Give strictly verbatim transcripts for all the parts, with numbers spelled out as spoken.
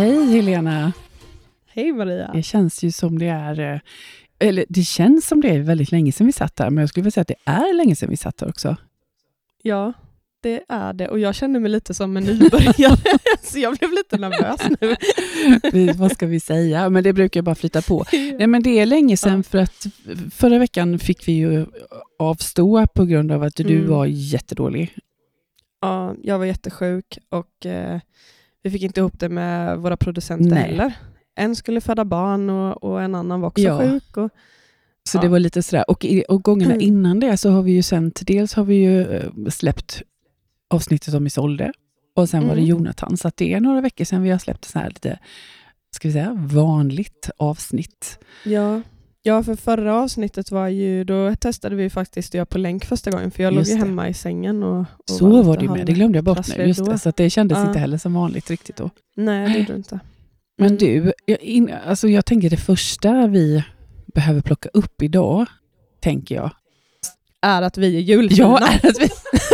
Hej Helena. Hej Maria. Det känns ju som det är, eller det känns som det är väldigt länge sedan vi satt här, men jag skulle vilja säga att det är länge sedan vi satt här också. Ja, det är det. Och jag känner mig lite som en nybörjare, så jag blev lite nervös nu. vi, vad ska vi säga? Men det brukar bara flytta på. Ja. Nej, men det är länge sedan, ja. För att förra veckan fick vi ju avstå på grund av att du mm. var jättedålig. Ja, jag var jättesjuk och eh, vi fick inte ihop det med våra producenter Nej. heller. En skulle föda barn och, och en annan var också ja. sjuk. Och, så ja. det var lite sådär. Och, och gångerna mm. innan det så har vi ju sänt, dels har vi ju släppt avsnittet om Isolde och sen mm. var det Jonathan. Så att det är några veckor sedan vi har släppt så här lite, ska vi säga, vanligt avsnitt. Ja. Ja, för förra avsnittet var ju, då testade vi faktiskt att göra på länk första gången, för jag låg ju hemma i sängen. Och, och så var, var det med, det glömde jag bort nu, just det, så att det kändes ja. inte heller som vanligt riktigt då. Nej, det gjorde det inte. Men mm. du, jag, in, alltså jag tänker det första vi behöver plocka upp idag, tänker jag. Är att vi är julfina. Ja, är att vi...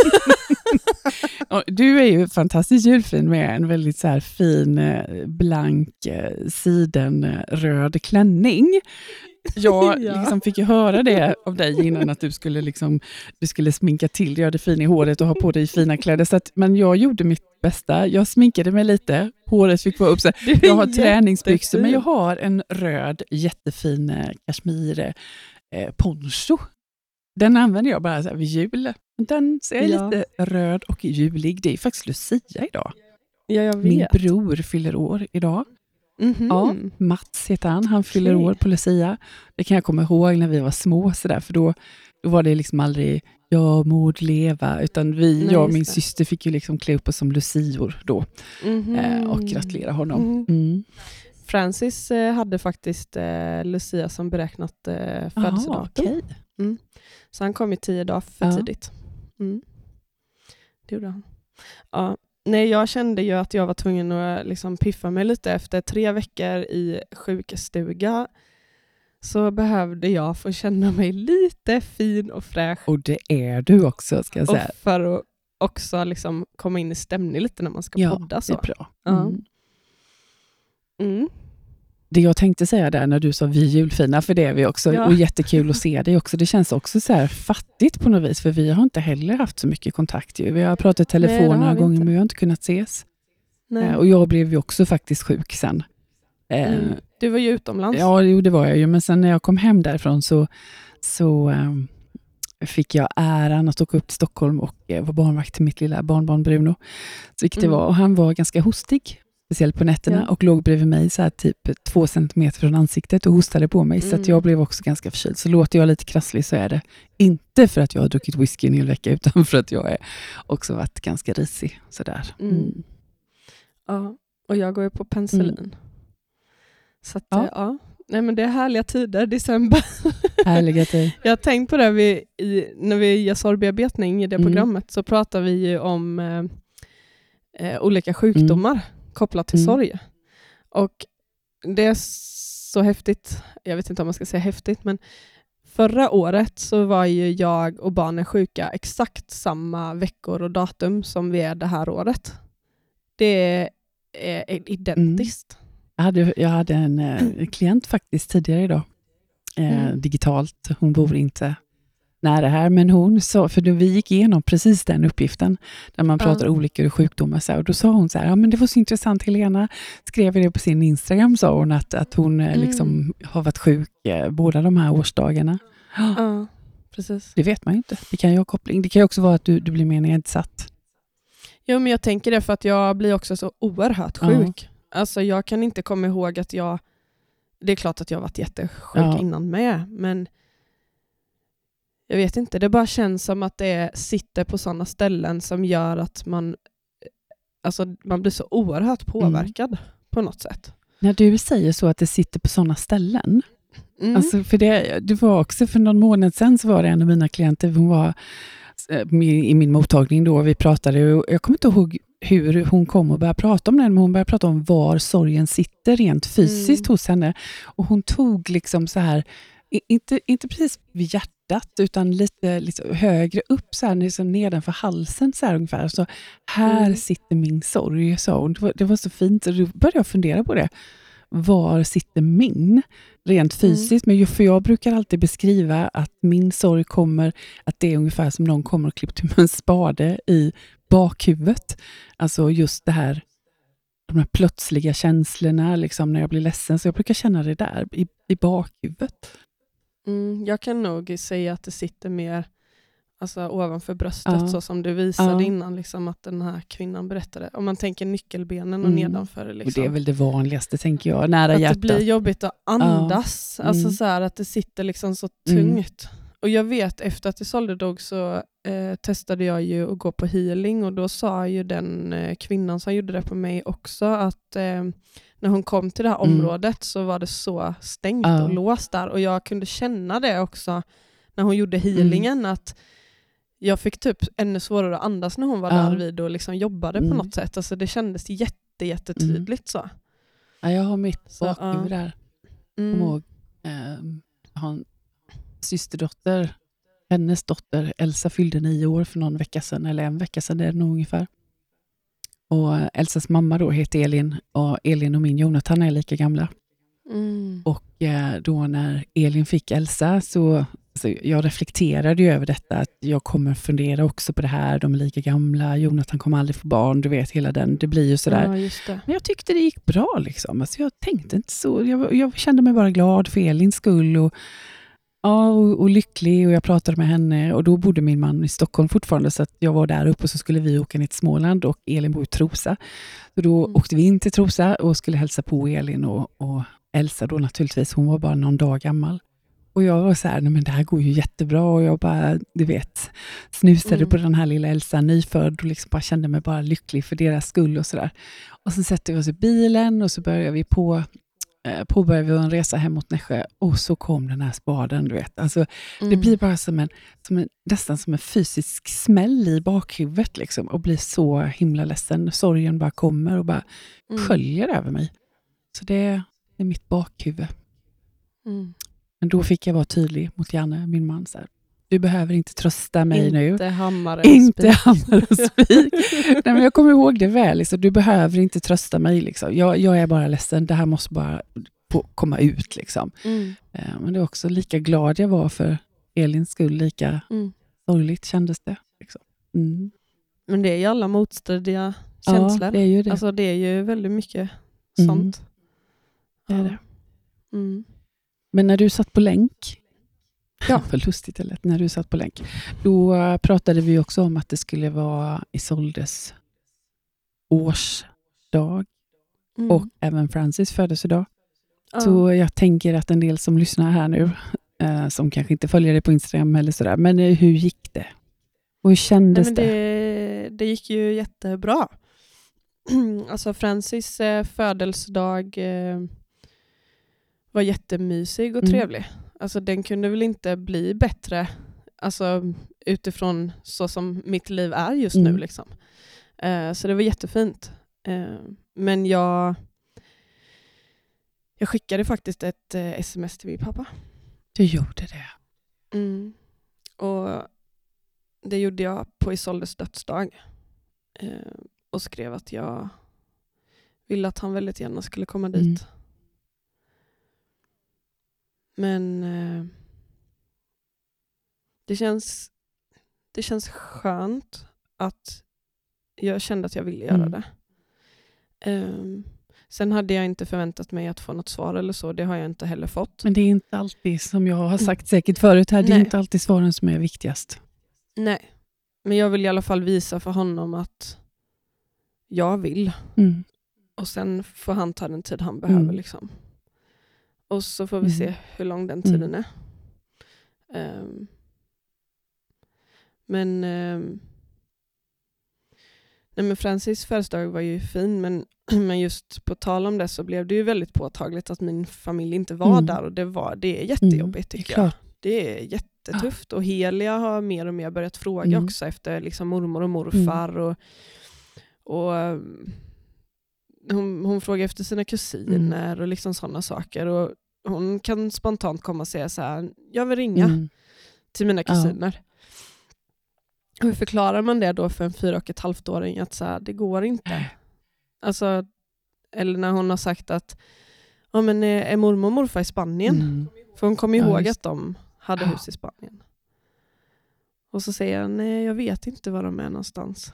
Du är ju fantastiskt julfin med en väldigt så här fin, blank, sidenröd klänning. Jag ja. liksom fick ju höra det av dig innan att du skulle, liksom, du skulle sminka till, göra det fin i håret och ha på dig fina kläder. Så att, men jag gjorde mitt bästa. Jag sminkade mig lite. Håret fick vara upp. Så jag har träningsbyxor, men jag har en röd jättefin kashmir eh, poncho. Den använder jag bara så här vid jul. Den ser ja. lite röd och julig. Det är faktiskt Lucia idag. Ja, jag vet. Min bror fyller år idag. Mm-hmm. Ja, Mats heter han. Han fyller okay. år på Lucia. Det kan jag komma ihåg när vi var små så där, för då, då var det liksom aldrig jag mod leva, utan vi, Nej, jag och min det. syster fick ju liksom klä upp oss som lucior då mm-hmm. eh, och gratulera honom. Mm. Francis eh, hade faktiskt eh, Lucia som beräknat eh, födelsedatum. Okay. Mm. Så han kom ju tio dagar för ja. tidigt. Mm. Det gjorde han. Ja. Nej, jag kände ju att jag var tvungen att liksom piffa mig lite. Efter tre veckor i sjukstuga så behövde jag få känna mig lite fin och fräsch. Och det är du också, ska jag säga. Och för att också liksom komma in i stämning lite när man ska ja, podda. Så. Det är bra. Mm. Mm. Det jag tänkte säga där när du sa vi julfina, för det är vi också. Ja. Och jättekul att se dig också. Det känns också så här fattigt på något vis, för vi har inte heller haft så mycket kontakt. Ju. Vi har pratat i telefon några gånger, inte. men vi har inte kunnat ses. Eh, och jag blev ju också faktiskt sjuk sen. Eh, mm. Du var ju utomlands. Ja, jo, det var jag ju. Men sen när jag kom hem därifrån så, så eh, fick jag äran att åka upp till Stockholm och eh, vara barnvakt till mitt lilla barnbarn Bruno. Så vilket mm. det var. Och han var ganska hostig. Speciellt på nätterna ja. och låg bredvid mig så här typ två centimeter från ansiktet och hostade på mig. Mm. Så att jag blev också ganska förkyld. Så låter jag lite krasslig så är det inte för att jag har druckit whisky en hel vecka, utan för att jag är också varit ganska risig. Sådär. Mm. Mm. Ja, och jag går ju på penicillin. Mm. Så att, ja. ja. Nej, men det är härliga tider, december. Härliga tider. Jag har tänkt på det, vi, i, när vi gör sorgbearbetning i det mm. programmet så pratar vi ju om eh, eh, olika sjukdomar. Mm. kopplat till mm. sorg. Och det är så häftigt. Jag vet inte om man ska säga häftigt, men förra året så var ju jag och barnen sjuka exakt samma veckor och datum som vi är det här året. Det är identiskt. Mm. Jag hade, jag hade en eh, klient faktiskt tidigare idag. Eh, mm. Digitalt. Hon bor inte nära här, men hon sa, för då vi gick igenom precis den uppgiften där man pratar uh. olika sjukdomar så här, och då sa hon så här, ja men det var så intressant, Helena skrev det på sin Instagram, sa hon att, att hon mm. liksom har varit sjuk eh, båda de här årsdagarna. Ja, uh, precis. Det vet man ju inte. Det kan ju ha koppling. Det kan ju också vara att du, du blir mer nedsatt. Jo, men jag tänker det för att jag blir också så oerhört sjuk. Uh. Alltså jag kan inte komma ihåg att jag, det är klart att jag har varit jättesjuk uh. innan med, men jag vet inte, det bara känns som att det sitter på sådana ställen som gör att man, alltså, man blir så oerhört påverkad mm. på något sätt. När du säger så att det sitter på sådana ställen, mm. alltså för det, det var också för någon månad sedan så var det en av mina klienter, hon var i min mottagning då, vi pratade, och jag kommer inte ihåg hur hon kom och började prata om den, men hon började prata om var sorgen sitter rent fysiskt mm. hos henne, och hon tog liksom så här I, inte, inte precis vid hjärtat, utan lite, lite högre upp, så här, liksom nedanför halsen så här ungefär. Så här Mm. sitter min sorg. Så, det, var, det var så fint, och då började jag fundera på det. Var sitter min? Rent fysiskt, mm. men för jag brukar alltid beskriva att min sorg kommer, att det är ungefär som någon kommer och klippt med en spade i bakhuvudet. Alltså just det här, de här plötsliga känslorna liksom, när jag blir ledsen. Så jag brukar känna det där i, i bakhuvudet. Mm, jag kan nog säga att det sitter mer alltså, ovanför bröstet, ja. så som du visade ja. innan, liksom, att den här kvinnan berättade. Om man tänker nyckelbenen och mm. nedanför. Liksom. Och det är väl det vanligaste, tänker jag, nära att hjärtat. Att det blir jobbigt att andas. Ja. Mm. Alltså så här, att det sitter liksom så tungt. Mm. Och jag vet, efter att Isolde dog så eh, testade jag ju att gå på healing, och då sa ju den eh, kvinnan som gjorde det på mig också att eh, när hon kom till det här mm. området så var det så stängt ja. och låst där, och jag kunde känna det också när hon gjorde healingen, mm. att jag fick typ ännu svårare att andas när hon var ja. där vid och liksom jobbade mm. på något sätt. Alltså det kändes jätte, jättetydligt mm. så. Ja, jag har mitt bakhuvud ja. där. Mm. Jag, eh, jag har en systerdotter, hennes dotter Elsa fyllde nio år för någon vecka sedan, eller en vecka sedan är det nog ungefär. Och Elsas mamma då heter Elin, och Elin och min Jonathan är lika gamla. Mm. Och eh, då när Elin fick Elsa så, så jag reflekterade ju över detta, att jag kommer fundera också på det här, de är lika gamla, Jonathan kommer aldrig få barn, du vet hela den, det blir ju sådär. Ja, just det. Men jag tyckte det gick bra liksom, alltså jag tänkte inte så, jag, jag kände mig bara glad för Elins skull och Ja, och, och lycklig, och jag pratade med henne, och då bodde min man i Stockholm fortfarande, så att jag var där uppe och så skulle vi åka ner till Småland, och Elin bor i Trosa. Så då mm. åkte vi in till Trosa och skulle hälsa på Elin och, och Elsa då naturligtvis, hon var bara någon dag gammal. Och jag var så här, nej men det här går ju jättebra, och jag bara, du vet, snusade mm. på den här lilla Elsa, nyfödd, och liksom bara kände mig bara lycklig för deras skull och sådär. Och sen sätter vi oss i bilen och så börjar vi på påbörjade vi en resa hem mot Nässjö, och så kom den här spaden, du vet. Alltså, mm. det blir bara som en, som en, nästan som en fysisk smäll i bakhuvudet liksom, och blir så himla ledsen. Sorgen bara kommer och bara mm. sköljer över mig. Så det, det är mitt bakhuvud. Mm. Men då fick jag vara tydlig mot Janne, min man, så här. Du behöver inte trösta mig inte nu. Inte hammare och inte spik. hammare och spik. Nej, men jag kommer ihåg det väl. Liksom. Du behöver inte trösta mig. Liksom. Jag, jag är bara ledsen. Det här måste bara få komma ut. Liksom. Mm. Eh, men det är också lika glad jag var för Elins skull. Lika mm. sorgligt kändes det. Liksom. Mm. Men det är ju alla motstridiga känslor. Ja, det är ju det. Alltså det är ju väldigt mycket mm. sånt. Det är det. Mm. Men när du satt på länk, ja. för lustigt eller när du satt på länk, då pratade vi också om att det skulle vara Isoldes årsdag mm. och även Francis födelsedag. Ja. Så jag tänker att en del som lyssnar här nu, eh, som kanske inte följer det på Instagram eller sådär, men eh, hur gick det? Och hur kändes Nej, men det? det? Det gick ju jättebra. Alltså Francis eh, födelsedag eh, var jättemysig och trevlig. Mm. Alltså den kunde väl inte bli bättre, alltså utifrån så som mitt liv är just mm. nu liksom. Uh, så det var jättefint. Uh, men jag jag skickade faktiskt ett uh, sms till min pappa. Du gjorde det? Mm. Och det gjorde jag på Isoldes dödsdag. Uh, och skrev att jag ville att han väldigt gärna skulle komma dit. Mm. Men eh, det känns det känns skönt att jag kände att jag ville göra mm. det. Um, sen hade jag inte förväntat mig att få något svar eller så. Det har jag inte heller fått. Men det är inte alltid, som jag har sagt säkert förut här, det är Nej. inte alltid svaren som är viktigast. Nej, men jag vill i alla fall visa för honom att jag vill. Mm. Och sen får han ta den tid han behöver mm. liksom. Och så får vi mm. se hur lång den tiden mm. är. Um, men, um, nej men Francis födelsedag var ju fin, men, men just på tal om det så blev det ju väldigt påtagligt att min familj inte var mm. där, och det, var, det är jättejobbigt mm. tycker jag. Det är jättetufft. Ja. Och Helia har mer och mer börjat fråga mm. också efter liksom mormor och morfar mm. och, och Hon, hon frågar efter sina kusiner mm. och liksom sådana saker. Och, hon kan spontant komma och säga så här, jag vill ringa mm. till mina kusiner. Ja. Hur förklarar man det då för en fyra och ett halvt åring att så här, det går inte? Alltså, eller när hon har sagt att ja, men är, är mormor och morfar i Spanien? Mm. För hon kommer ihåg ja, att de hade ja. hus i Spanien. Och så säger jag, nej jag vet inte var de är någonstans.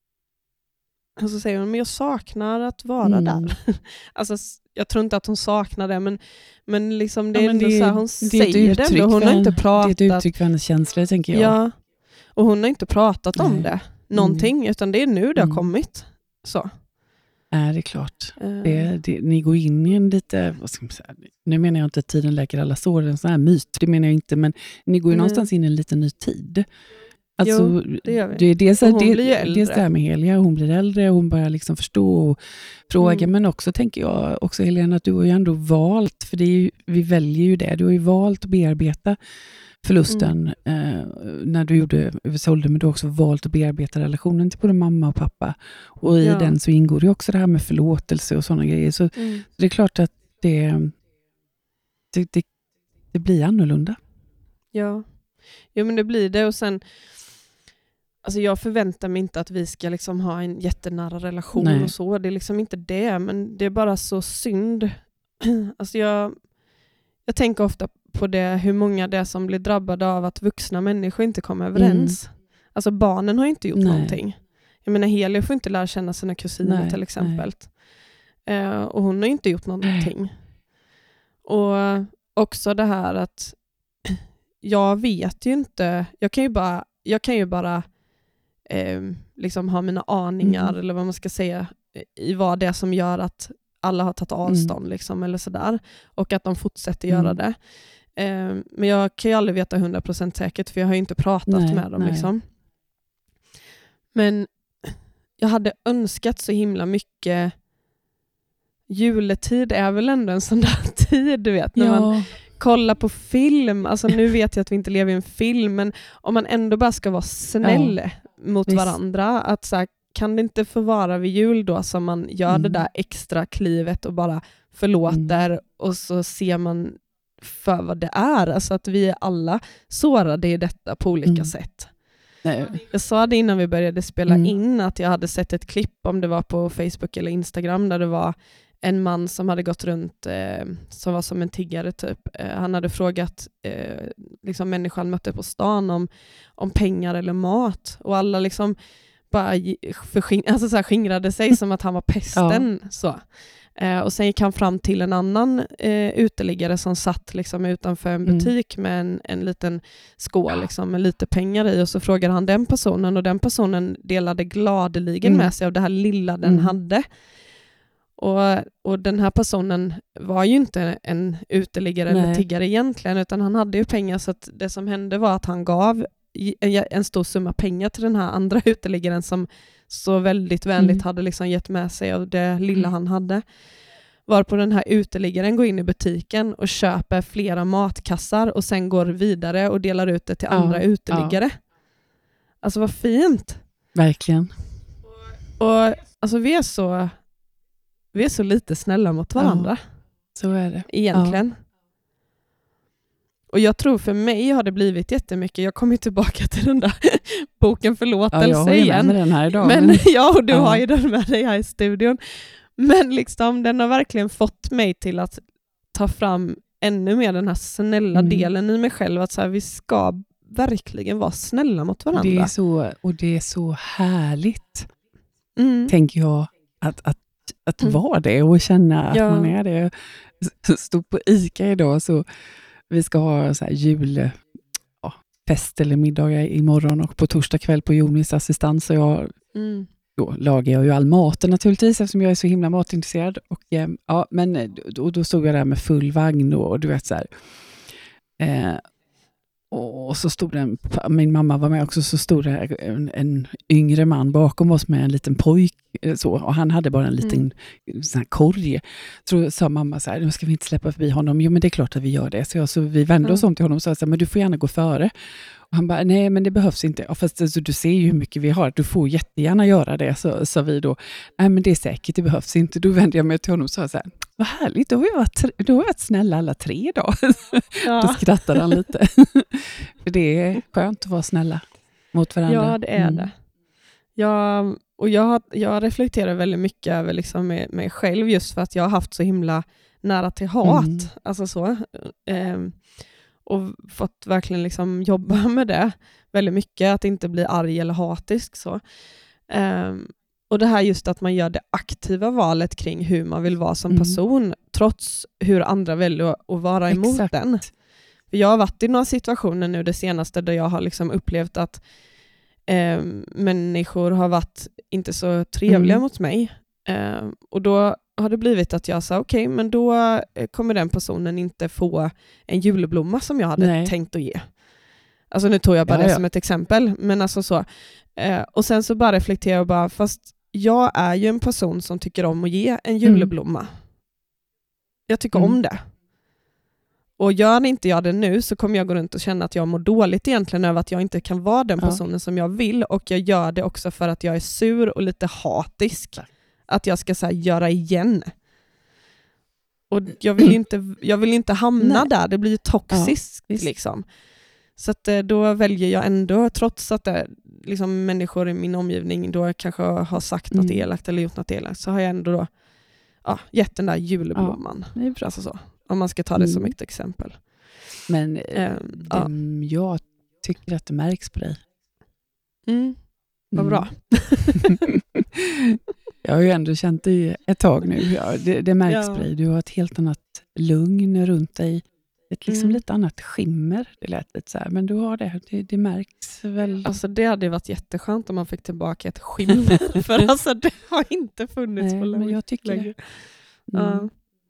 Och så säger hon, men jag saknar att vara mm. där. Alltså, jag tror inte att hon saknar det, men, men liksom det är ja, ändå det, så här, hon säger det ändå. Hon har inte pratat. Det är ett uttryck för hennes känslor, tänker jag. Ja, och hon har inte pratat nej. om det. Någonting, mm. utan det är nu det har mm. kommit. Så. Är det klart. Uh. Det, det, ni går in i en lite, vad ska man säga, nu menar jag inte att tiden läker alla sår, en sån här myt, det menar jag inte, men ni går ju mm. någonstans in i en liten ny tid. Alltså, jo, det gör vi. Det, det är så, hon det, blir ju äldre. Det är det här med Helia, hon blir äldre, hon börjar liksom förstå och fråga, mm. men också tänker jag, också Helena, att du har ju ändå valt, för det är ju, vi väljer ju det, du har ju valt att bearbeta förlusten mm. eh, när du gjorde sålde, men du har också valt att bearbeta relationen till både mamma och pappa. Och i ja. den så ingår ju också det här med förlåtelse och sådana grejer. Så, mm. så det är klart att det, det, det, det blir annorlunda. Ja. Jo, men det blir det. Och sen, alltså jag förväntar mig inte att vi ska liksom ha en jättenära relation Nej. och så. Det är liksom inte det, men det är bara så synd. Alltså jag, jag tänker ofta på det, hur många det är som blir drabbade av att vuxna människor inte kommer överens. Mm. Alltså barnen har inte gjort nej. någonting. Jag menar, Helia får inte lära känna sina kusiner nej, till exempel. Uh, och hon har inte gjort någonting. Nej. Och också det här att jag vet ju inte, jag kan ju bara, jag kan ju bara eh, liksom ha mina aningar mm. eller vad man ska säga i vad det är som gör att alla har tagit avstånd mm. liksom, eller sådär. Och att de fortsätter mm. göra det. Eh, men jag kan ju aldrig veta hundra procent säkert, för jag har ju inte pratat nej, med dem. Liksom. Men jag hade önskat så himla mycket. Juletid är väl ändå en sån där tid, du vet. När ja. man kollar på film. Alltså nu vet jag att vi inte lever i en film, men om man ändå bara ska vara snäll ja. mot Visst. varandra. Att så här, kan det inte få vara vid jul då som man gör mm. det där extra klivet och bara förlåter mm. och så ser man för vad det är. Alltså att vi är alla sårade i detta på olika mm. sätt. Nej. Jag sa det innan vi började spela mm. in att jag hade sett ett klipp, om det var på Facebook eller Instagram, där det var en man som hade gått runt eh, som var som en tiggare typ. Eh, han hade frågat eh, liksom människan mötte på stan om, om pengar eller mat, och alla liksom bara försking- alltså så här skingrade sig som att han var pesten. Ja. Så. Eh, och sen gick han fram till en annan eh, uteliggare som satt liksom utanför en butik mm. med en, en liten skål liksom, med lite pengar i, och så frågade han den personen, och den personen delade gladeligen mm. med sig av det här lilla den mm. hade. Och, och den här personen var ju inte en uteliggare Nej. eller tiggare egentligen, utan han hade ju pengar, så att det som hände var att han gav en, en stor summa pengar till den här andra uteliggaren som så väldigt vänligt mm. hade liksom gett med sig av det lilla mm. han hade. Varpå den här uteliggaren går in i butiken och köper flera matkassar och sen går vidare och delar ut det till ja. andra uteliggare. Ja. Alltså vad fint. Verkligen. Och alltså vi är så vi är så lite snälla mot varandra. Ja, så är det. Egentligen. Ja. Och jag tror för mig har det blivit jättemycket. Jag kommer tillbaka till den där boken Förlåtelse igen. Ja, jag har med den här idag. Men, ja, och du ja. har ju den med dig här i studion. Men liksom, den har verkligen fått mig till att ta fram ännu mer den här snälla mm. delen i mig själv. Att så här, vi ska verkligen vara snälla mot varandra. Det är så, och det är så härligt, mm. tänker jag, att, att, att mm. vara det och känna att ja. man är det. Stod på ICA idag, så vi ska ha så här jul, ja, fest eller middagar imorgon, och på torsdag kväll på Jonis assistans, så jag mm. då lagar jag ju all maten naturligtvis, eftersom jag är så himla matintresserad. Och, ja, men då, då stod jag där med full vagn och, och du vet så här. Eh, och så stod det, min mamma var med också, så stod det en, en yngre man bakom oss med en liten pojk så, och han hade bara en liten mm. sån här korg. Så sa mamma så här, nu ska vi inte släppa förbi honom. Jo, men det är klart att vi gör det. Så, jag, så vi vände mm. oss om till honom och sa så här, men du får gärna gå före. Och han bara, nej men det behövs inte. Ja, fast alltså, du ser ju hur mycket vi har. Du får jättegärna göra det, så sa vi då. Nej men det är säkert, det behövs inte. Då vände jag mig till honom och sa så här, vad härligt, då har vi varit, då har vi varit snälla alla tre då. Ja. Då skrattade han lite. För det är skönt att vara snälla mot varandra. Ja, det är mm. det. Jag, och jag, jag reflekterar väldigt mycket över liksom mig, mig själv, just för att jag har haft så himla nära till hat. Mm. Alltså så. Um, och fått verkligen liksom jobba med det väldigt mycket, att inte bli arg eller hatisk. Så. Um, och det här just att man gör det aktiva valet kring hur man vill vara som mm. person, trots hur andra väljer att vara emot Exakt. Den. För jag har varit i några situationer nu det senaste där jag har liksom upplevt att eh, människor har varit inte så trevliga mm. mot mig. Eh, och då har det blivit att jag sa okej, okay, men då kommer den personen inte få en julblomma som jag hade Nej. Tänkt att ge. Alltså nu tog jag bara ja, det ja. Som ett exempel. Men alltså så. Eh, och sen så bara reflekterar jag bara, fast jag är ju en person som tycker om att ge en julblomma. Mm. Jag tycker mm. om det. Och gör inte jag det nu så kommer jag gå runt och känna att jag mår dåligt egentligen över att jag inte kan vara den personen ja. Som jag vill. Och jag gör det också för att jag är sur och lite hatisk. Att jag ska så här, göra igen. Och jag vill inte, jag vill inte hamna Nej. Där. Det blir ju toxiskt ja, liksom. Så att då väljer jag ändå, trots att det, liksom, människor i min omgivning då kanske har sagt något mm. elakt eller gjort något elakt, så har jag ändå då, ja, gett den där julblomman. Ja, det är bra. Alltså så. Om man ska ta det som ett exempel. Men eh, ja. det, jag tycker att det märks på dig. Mm. Vad bra. Mm. Jag har ju ändå känt dig ett tag nu. Ja, det, det märks ja. På dig. Du har ett helt annat lugn runt dig. Ett liksom mm. lite annat skimmer. Det lät lite så här. Men du har det. Det, det märks väl. Alltså det hade varit jätteskönt om man fick tillbaka ett skimmer. För alltså det har inte funnits Nej, på länge. Men jag tycker det. Mm. Ja.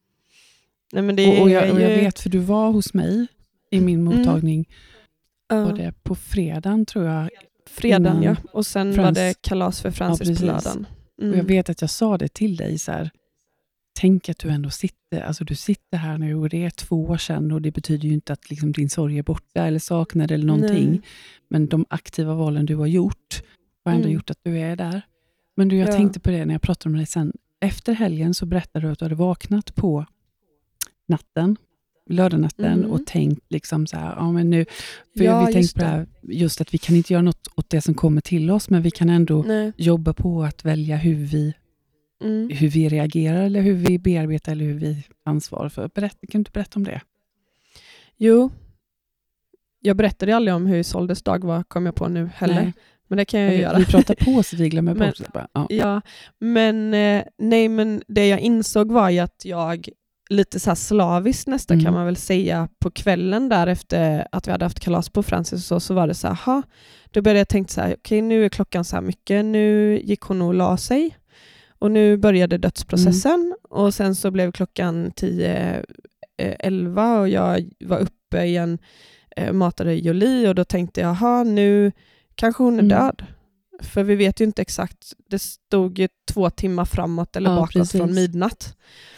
Nej, men det och, och, jag, och jag vet, för du var hos mig i min mottagning. Mm. Var det på fredagen tror jag. Fredagen, ja. Och sen Frans... var det kalas för Francis ja, på lördagen. Mm. Och jag vet att jag sa det till dig så här. Tänk att du ändå sitter, alltså du sitter här nu och det är två år sedan och det betyder ju inte att liksom din sorg är borta eller saknad eller någonting. Nej. Men de aktiva valen du har gjort har ändå mm. gjort att du är där. Men du, jag ja. Tänkte på det när jag pratade med dig sen. Efter helgen så berättade du att du hade vaknat på natten, lördagnatten mm. och tänkt liksom så här, ja men nu, för ja, vi tänkte på det här, just att vi kan inte göra något åt det som kommer till oss, men vi kan ändå Nej. Jobba på att välja hur vi mm. hur vi reagerar eller hur vi bearbetar eller hur vi ansvarar för. Berätta, kan du inte berätta om det? Jo, jag berättade aldrig om hur Isoldes dag var, kom jag på nu heller. Nej. Men det kan jag vi, göra. Vi pratar på så vi glömmer men, bort det. Ja. ja, men eh, nej, men det jag insåg var ju att jag lite så här slaviskt nästan mm. kan man väl säga på kvällen där efter att vi hade haft kalas på Francis och så, så var det så här, ha, då började jag tänka så här, okej okay, nu är klockan så här mycket, nu gick hon och la sig och nu började dödsprocessen mm. och sen så blev klockan tio elva och jag var uppe igen, eh, matade Jolie och då tänkte jag, ha nu kanske hon är mm. död. För vi vet ju inte exakt, det stod ju två timmar framåt eller ja, bakåt precis. Från midnatt.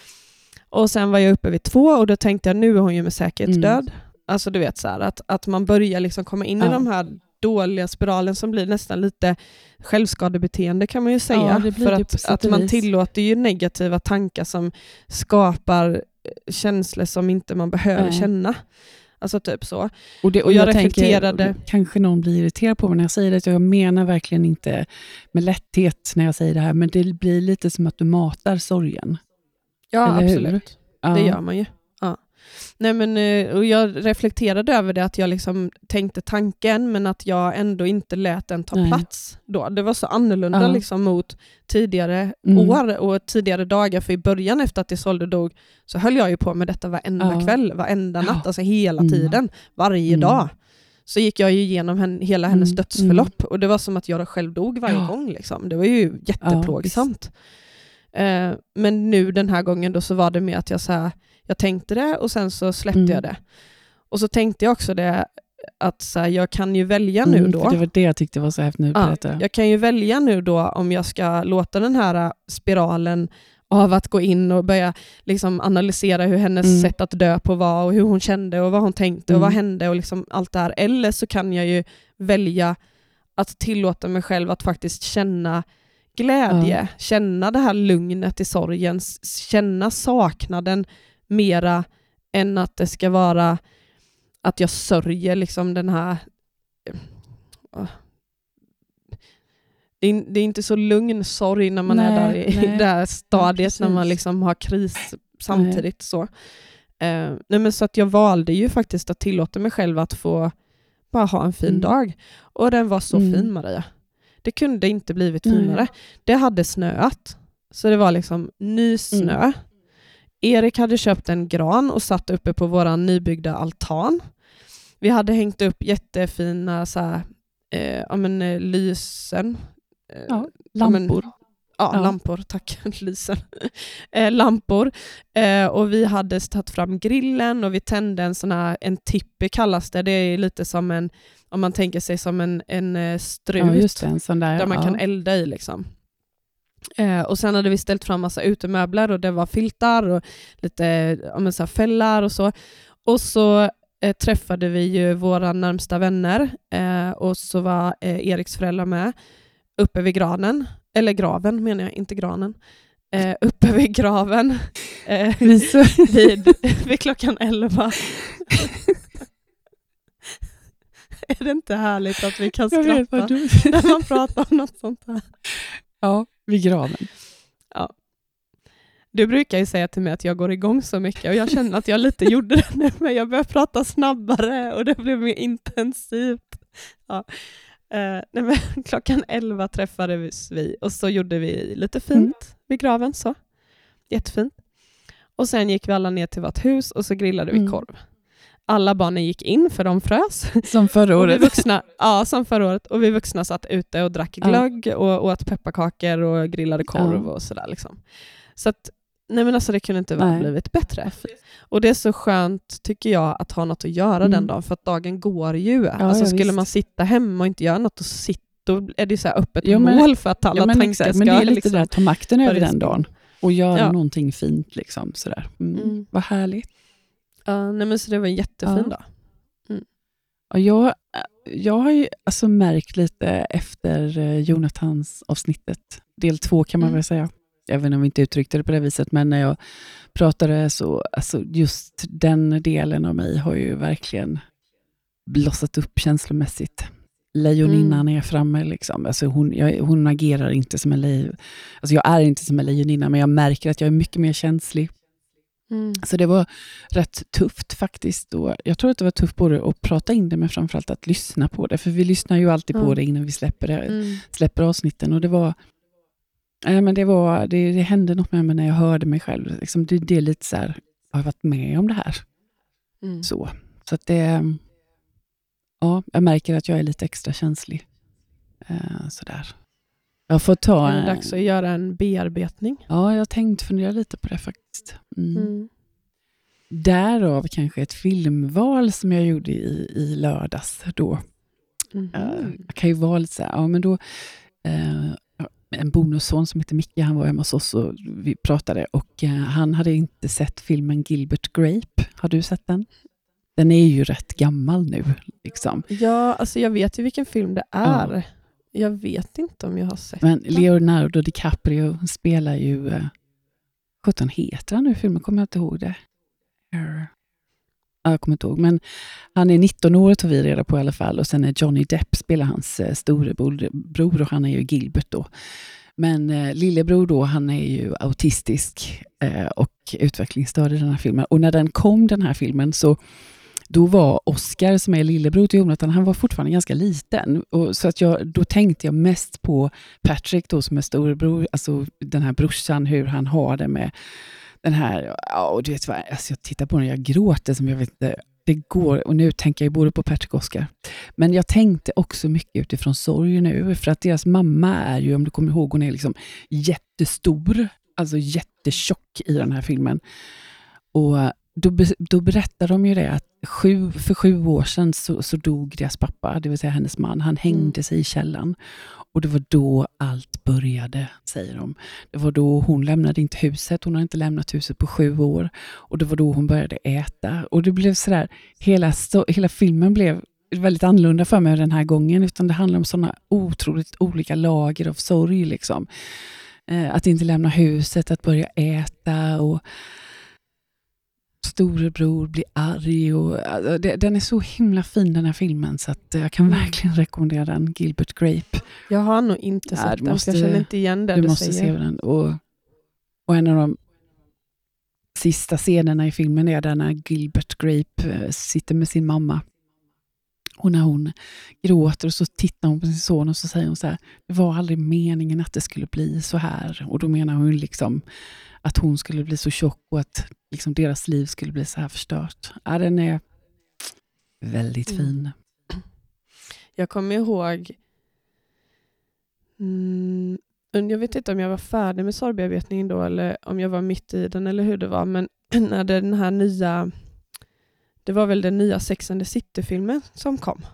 Och sen var jag uppe vid två och då tänkte jag, nu är hon ju med säkerhet mm. död. Alltså du vet så här, att, att man börjar liksom komma in ja. I de här dåliga spiralen som blir nästan lite självskadebeteende kan man ju säga. Ja, det blir för att, att man tillåter ju negativa tankar som skapar känslor som inte man behöver Nej. Känna. Alltså typ så. Och, det, och, och jag, jag reflekterade... Tänker, kanske någon blir irriterad på mig när jag säger det. Jag menar verkligen inte med lätthet när jag säger det här. Men det blir lite som att du matar sorgen. Ja, eller absolut. Ja. Det gör man ju. Ja. Nej, men, och jag reflekterade över det att jag liksom tänkte tanken men att jag ändå inte lät den ta Nej. Plats då. Det var så annorlunda ja. Liksom mot tidigare mm. år och tidigare dagar. För i början efter att Isolde dog så höll jag ju på med detta varenda ja. Kväll, varenda natt, ja. Alltså hela mm. tiden, varje mm. dag. Så gick jag ju igenom henne, hela hennes mm. dödsförlopp och det var som att jag själv dog varje ja. Gång. Liksom. Det var ju jätteplågsamt. Ja, Uh, men nu den här gången då så var det med att jag, så här, jag tänkte det och sen så släppte mm. jag det. Och så tänkte jag också det att så här, jag kan ju välja nu mm, då. För det var det jag tyckte var så häftigt nu. Ja, jag kan ju välja nu då om jag ska låta den här spiralen av att gå in och börja liksom analysera hur hennes mm. sätt att dö på var och hur hon kände och vad hon tänkte mm. och vad hände och liksom allt det här. Eller så kan jag ju välja att tillåta mig själv att faktiskt känna glädje, ja. Känna det här lugnet i sorgen, känna saknaden mera än att det ska vara att jag sörjer liksom den här... Det är, det är inte så lugn sorg när man nej, är där i nej. det här stadiet ja, när man liksom har kris samtidigt. Nej. Så. Uh, nej, men så att jag valde ju faktiskt att tillåta mig själv att få bara ha en fin mm. dag. Och den var så mm. fin, Maria. Det kunde inte blivit finare. Mm. Det hade snöat. Så det var liksom ny snö. Mm. Erik hade köpt en gran och satt uppe på våran nybyggda altan. Vi hade hängt upp jättefina så här, eh, ja, men, eh, lysen. Eh, ja, lampor. Ja, ja, ja, lampor, tack. Lysen. eh, lampor. Eh, och vi hade tagit fram grillen och vi tände en sån här, en tippi kallas det. Det är lite som en, om man tänker sig som en, en strut. Ja, just det, en sån där, där man ja. kan elda i liksom. Eh, och sen hade vi ställt fram massa utemöbler och det var filtar och lite ja, men så här fällar och så. Och så eh, träffade vi ju våra närmsta vänner eh, och så var eh, Eriks föräldrar med uppe vid granen, eller graven menar jag, inte granen. Eh, uppe vid graven eh, vid, vid klockan elva. Är det inte härligt att vi kan skratta du... när man pratar om något sånt här? Ja, vid graven. Ja. Du brukar ju säga till mig att jag går igång så mycket och jag känner att jag lite gjorde det nu, men jag började prata snabbare och det blev mer intensivt. Ja. Uh, nej, men klockan elva träffades vi och så gjorde vi lite fint mm. vid graven. Så. Jättefint. Och sen gick vi alla ner till vårt hus och så grillade vi mm. korv. Alla barnen gick in för de frös. Som förra året. Och vi vuxna, ja, som förra året. Och vi vuxna satt ute och drack glögg ja. och åt pepparkakor och grillade korv ja. och sådär. Liksom. Så att, nej men alltså det kunde inte ha blivit bättre. Och det är så skönt, tycker jag, att ha något att göra mm. den dagen. För att dagen går ju. Ja, alltså skulle visst. man sitta hemma och inte göra något och sitta, då är det så här öppet jo, men, mål för att alla ja, men tankar ska... Men det är lite liksom, där, ta makten över den dagen. Och göra ja. någonting fint liksom. Sådär. Mm. Mm. Vad härligt. Ja, nej men så det var en jättefin ja. dag. Mm. Och jag, jag har ju alltså märkt lite efter Jonathans avsnittet, del två kan man mm. väl säga, även om vi inte uttryckte det på det viset, men när jag pratade så, alltså just den delen av mig har ju verkligen blossat upp känslomässigt. Lejoninnan mm. är framme liksom. Alltså hon, jag, hon agerar inte som en lejon. Alltså jag är inte som en lejoninna, men jag märker att jag är mycket mer känslig. Mm. Så det var rätt tufft faktiskt. Och jag tror att det var tufft både att prata in det, men framförallt att lyssna på det. För vi lyssnar ju alltid mm. på det innan vi släpper det, mm. släpper avsnitten. Och det var, äh, men det var, det, det hände något med mig när jag hörde mig själv. Liksom det, det är lite så här, jag har varit med om det här. Mm. Så, så att det, ja, jag märker att jag är lite extra känslig. Uh, sådär. Jag får ta är det dags att göra en bearbetning? Ja, jag har tänkt fundera lite på det faktiskt. Mm. Mm. Därav kanske ett filmval som jag gjorde i, i lördags då. Mm. Uh, jag kan ju vara lite så här, ja men då uh, en bonusson som heter Micke, han var hemma hos oss och vi pratade och uh, han hade inte sett filmen Gilbert Grape. Har du sett den? Den är ju rätt gammal nu liksom. Ja, alltså jag vet ju vilken film det är. Ja. Jag vet inte om jag har sett men Leonardo DiCaprio spelar ju uh, sjutton heter han nu i filmen, kommer jag inte ihåg det. Uh, jag kommer inte ihåg, men han är nitton år tog vi reda på i alla fall och sen är Johnny Depp spelar hans uh, storebror och han är ju Gilbert då. Men uh, lillebror då, han är ju autistisk uh, och utvecklingsstörd i den här filmen. Och när den kom, den här filmen, så då var Oscar som är lillebror till Jonathan, han var fortfarande ganska liten. Och så att jag, då tänkte jag mest på Patrick då som är storebror, alltså den här brorsan, hur han har det med den här, ja och du vet vad, alltså jag tittar på den och jag gråter som jag vet inte, det går, och nu tänker jag både på Patrick och Oscar. Men jag tänkte också mycket utifrån sorg nu, för att deras mamma är ju, om du kommer ihåg, hon är liksom jättestor, alltså jättetjock i den här filmen. Och då, be, då berättar de ju det att sju, för sju år sedan så, så dog deras pappa, det vill säga hennes man. Han hängde mm. sig i källaren. Och det var då allt började, säger de. Det var då hon lämnade inte huset. Hon har inte lämnat huset på sju år. Och det var då hon började äta. Och det blev sådär, hela, hela filmen blev väldigt annorlunda för mig den här gången. Utan det handlar om sådana otroligt olika lager av sorg liksom. Eh, att inte lämna huset, att börja äta och storebror blir arg. Och, alltså, det, den är så himla fin den här filmen så att jag kan verkligen rekommendera den. Gilbert Grape. Jag har nog inte sett ja, den måste, jag känner inte igen det du, du måste säger. se den. Och, och en av de sista scenerna i filmen är där när Gilbert Grape sitter med sin mamma. Och när hon gråter och så tittar hon på sin son och så säger hon så här: det var aldrig meningen att det skulle bli så här. Och då menar hon liksom att hon skulle bli så tjock och att liksom deras liv skulle bli så här förstört. Ja, den är väldigt fin. Mm. Jag kommer ihåg mm, jag vet inte om jag var färdig med sorgbearbetningen då eller om jag var mitt i den eller hur det var, men när den här nya det var väl den nya Sex and the City-filmen som kom.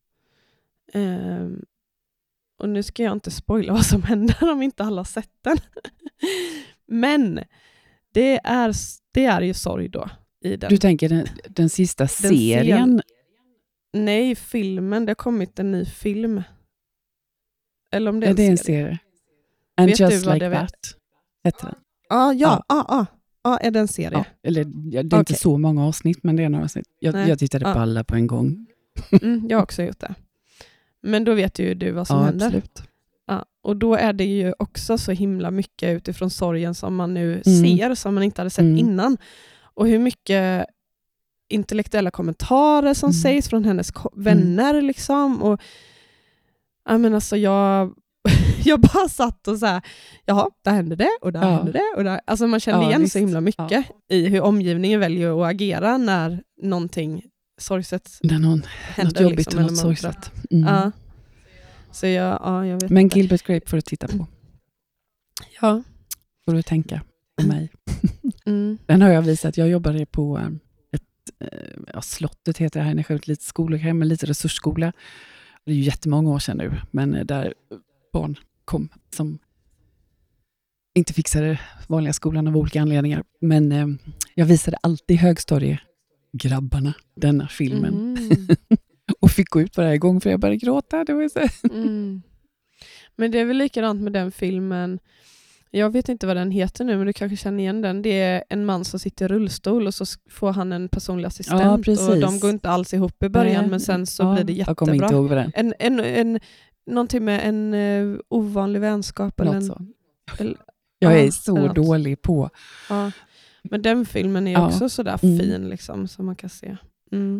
Um, och nu ska jag inte spoila vad som händer om inte alla har sett den. Men det är, det är ju sorg då. I den. Du tänker den, den sista den serien? Ser, nej, filmen. Det har kommit en ny film. Eller om det är, är en det en serie. serie? And vet Just du Like That heter den. Ah, ja, ja, ja. Ja, är det en serie? Ja, eller ja, det är okay. Inte så många avsnitt, men det är några avsnitt. Jag, jag tittade ja. på alla på en gång. Mm, jag har också gjort det. Men då vet ju du vad som ja, händer. Absolut. Ja, och då är det ju också så himla mycket utifrån sorgen som man nu mm. ser, som man inte hade sett mm. innan. Och hur mycket intellektuella kommentarer som mm. sägs från hennes ko- vänner. Mm. Liksom. Och, jag menar, alltså jag... Jag bara satt och så här, jaha, där hände det och där ja. hände det. Och där. Alltså man kände ja, igen visst. så himla mycket ja. i hur omgivningen väljer att agera när någonting sorgset när någon, händer. Något jobbigt liksom, och något sorgset. Mm. Ja. Så jag, ja, jag vet Men inte. Gilbert Grape får du titta på. Ja. Får du tänka på mig. Mm. Den har jag visat. Jag jobbade på ett, ja, slottet heter det här, en lite skolhem, en liten resursskola. Det är ju jättemånga år sedan nu, men där barn kom som inte fixade vanliga skolan av olika anledningar. Men eh, jag visade alltid högstadiegrabbarna denna filmen. Mm. Och fick gå ut varje gång för jag började gråta. Det var så. Mm. Men det är väl likadant med den filmen. Jag vet inte vad den heter nu, men du kanske känner igen den. Det är en man som sitter i rullstol och så får han en personlig assistent. Ja, och de går inte alls ihop i början, Nej. men sen så ja, blir det jättebra. Jag kommer inte ihåg vad den. En, en, en, någonting med en uh, ovanlig vänskap. Eller en, eller, jag är ja, så dålig på. Ja. Men den filmen är ja. också sådär mm. fin liksom, som man kan se. Mm.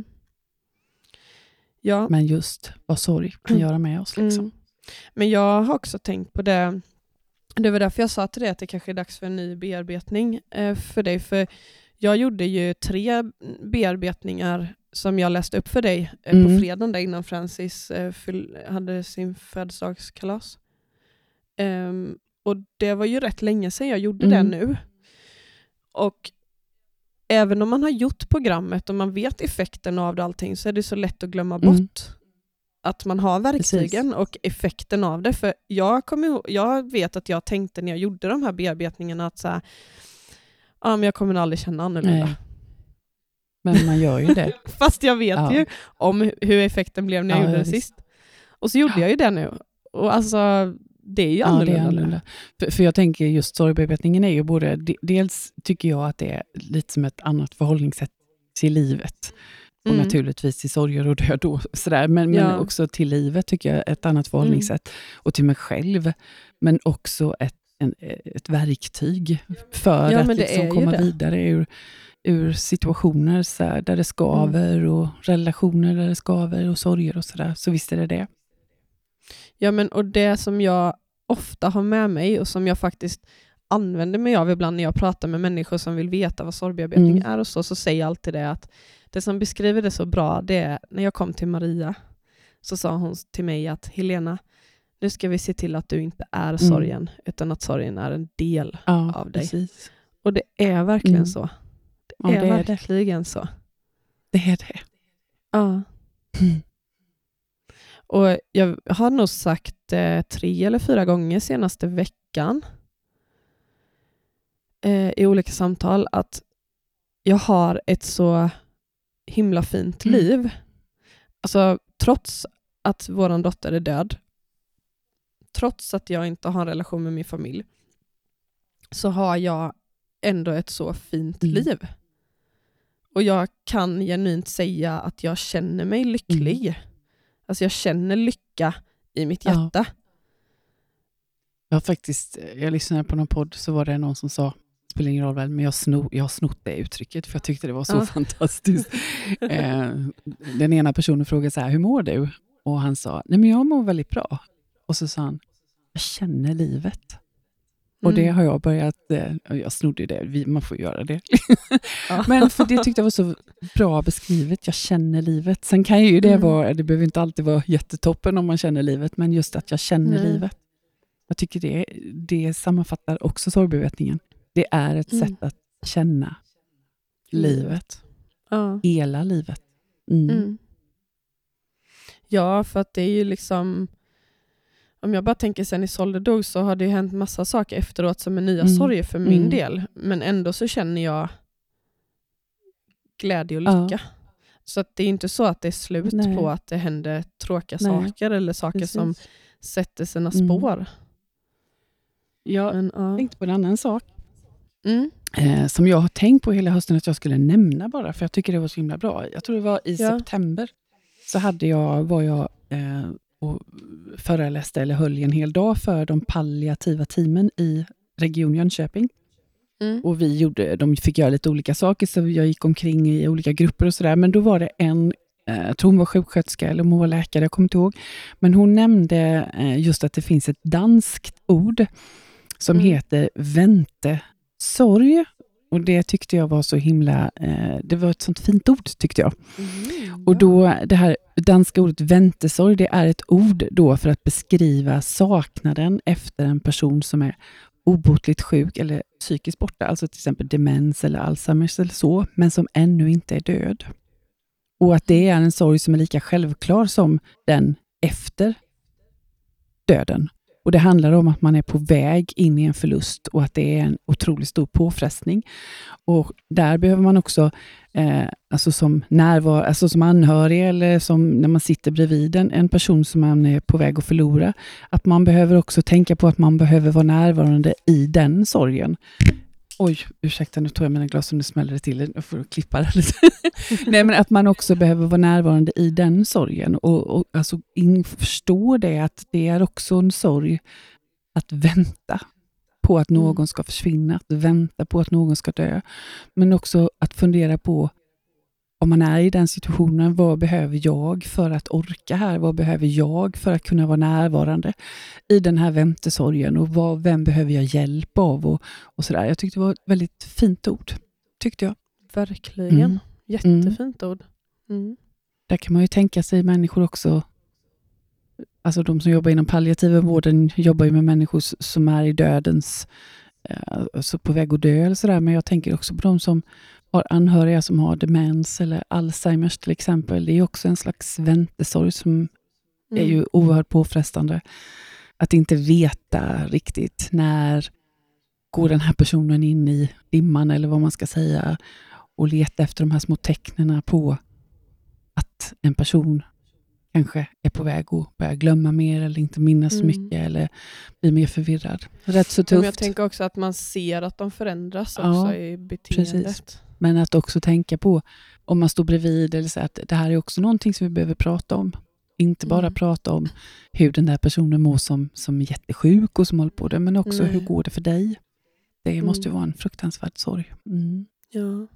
Ja. Men just vad sorg kan göra med oss. Liksom. Mm. Men jag har också tänkt på det. Det var därför jag sa till dig att det kanske är dags för en ny bearbetning eh, för dig. För jag gjorde ju tre bearbetningar som jag läste upp för dig eh, mm. på fredagen där innan Francis eh, fyll, hade sin födelsedagskalas. Um, och det var ju rätt länge sedan jag gjorde mm. det nu. Och även om man har gjort programmet och man vet effekten av det allting, så är det så lätt att glömma mm. bort att man har verktygen Precis. och effekten av det. För jag, kommer ihåg, jag vet att jag tänkte när jag gjorde de här bearbetningarna att så här, ja, men jag kommer aldrig känna annorlunda. Nej. Men man gör ju det. Fast jag vet ja. ju om hur effekten blev när jag ja, gjorde det sist. Och så gjorde ja. jag ju det nu. Och alltså, det är ju annorlunda. Ja, det är annorlunda. För, för jag tänker just sorgbearbetningen är ju både, dels tycker jag att det är lite som ett annat förhållningssätt till livet. Och mm. naturligtvis till sorger och död och sådär. Men, ja. men också till livet tycker jag ett annat förhållningssätt. Mm. Och till mig själv. Men också ett, en, ett verktyg för ja, att liksom komma vidare ur, ur situationer så här, där det skaver. Mm. Och relationer där det skaver och sorger och sådär. Så visst är det det. Ja, men och det som jag ofta har med mig och som jag faktiskt använder mig av ibland när jag pratar med människor som vill veta vad sorgbearbetning mm. är och så, så säger jag alltid det att det som beskriver det så bra, det är när jag kom till Maria så sa hon till mig att Helena, nu ska vi se till att du inte är mm. sorgen utan att sorgen är en del ja, av dig. Precis. Och det är verkligen mm. så. Ja, är det är det. verkligen så. Det är det. Ja. Mm. Och jag har nog sagt eh, tre eller fyra gånger senaste veckan eh, i olika samtal att jag har ett så himla fint Mm. liv. Alltså trots att våran dotter är död, trots att jag inte har en relation med min familj, så har jag ändå ett så fint Mm. liv. Och jag kan genuint säga att jag känner mig lycklig. Mm. Alltså jag känner lycka i mitt Ja. hjärta. Jag faktiskt, jag lyssnade på någon podd så var det någon som sa, spelar ingen roll väl, men jag, sno, jag har snott det uttrycket för jag tyckte det var så Ja. fantastiskt. eh, den ena personen frågade så här, hur mår du? Och han sa, nej men jag mår väldigt bra. Och så sa han, jag känner livet. Och det Mm. har jag börjat, eh, jag snodde det, vi, man får göra det. Ja. Men för det tyckte jag var så bra beskrivet, jag känner livet. Sen kan ju det Mm. vara, det behöver inte alltid vara jättetoppen om man känner livet, men just att jag känner Nej. livet. Jag tycker det, det sammanfattar också sorgbevetningen. Det är ett Mm. sätt att känna livet, Ja. hela livet. Mm. Mm. Ja, för att det är ju liksom, om jag bara tänker sen Isolde dog så har det ju hänt massa saker efteråt som är nya Mm. sorger för min Mm. del. Men ändå så känner jag glädje och Ja. lycka. Så att det är inte så att det är slut Nej. på att det händer tråkiga Nej. saker eller saker Precis. som sätter sina Mm. spår. Jag Men, ja. tänkte på en annan sak Mm. eh, som jag har tänkt på hela hösten att jag skulle nämna bara, för jag tycker det var så himla bra. Jag tror det var i Ja. september så hade jag, var jag eh, och föreläste eller höll en hel dag för de palliativa teamen i Region Jönköping. Mm. Och vi gjorde, de fick göra lite olika saker så jag gick omkring i olika grupper och sådär. Men då var det en, eh, jag tror hon var sjuksköterska eller om hon var läkare, jag kommer inte ihåg. Men hon nämnde eh, just att det finns ett danskt ord som Mm. heter väntesorg. Och det tyckte jag var så himla, eh, det var ett sånt fint ord tyckte jag. Mm. Och då, det här danska ordet väntesorg, det är ett ord då för att beskriva saknaden efter en person som är obotligt sjuk eller psykiskt borta, alltså till exempel demens eller Alzheimers eller så, men som ännu inte är död. Och att det är en sorg som är lika självklar som den efter döden. Och det handlar om att man är på väg in i en förlust och att det är en otroligt stor påfrestning. Och där behöver man också, eh, alltså som närvar, alltså som anhörig eller som när man sitter bredvid en, en person som man är på väg att förlora, att man behöver också tänka på att man behöver vara närvarande i den sorgen. Oj, ursäkta, nu tog jag mina glas som det smäller till. Jag får klippa det lite. Nej, men att man också behöver vara närvarande i den sorgen. Och, och alltså förstå det, att det är också en sorg att vänta på att någon ska försvinna. Att vänta på att någon ska dö. Men också att fundera på, om man är i den situationen, vad behöver jag för att orka här? Vad behöver jag för att kunna vara närvarande i den här väntesorgen? Och vad, vem behöver jag hjälp av? Och, och sådär. Jag tyckte det var ett väldigt fint ord, tyckte jag. Verkligen. Mm. Jättefint ord. Mm. Där kan man ju tänka sig människor också, alltså de som jobbar inom palliativa vården jobbar ju med människor som är i dödens, alltså på väg att dö eller sådär. Men jag tänker också på de som har anhöriga som har demens eller Alzheimers till exempel. Det är också en slags väntesorg som mm. är ju oerhört påfrestande. Att inte veta riktigt när går den här personen in i dimman eller vad man ska säga, och leta efter de här små tecknena på att en person kanske är på väg att börja glömma mer eller inte minnas så Mm. mycket eller bli mer förvirrad. Rätt så Men tufft. jag tänker också att man ser att de förändras Ja, också i beteendet. precis. Men att också tänka på, om man står bredvid eller så, att det här är också någonting som vi behöver prata om. Inte bara Mm. prata om hur den där personen mår som, som är jättesjuk och som håller på det, men också Nej. hur går det för dig? Det Mm. måste ju vara en fruktansvärd sorg. Mm. Ja.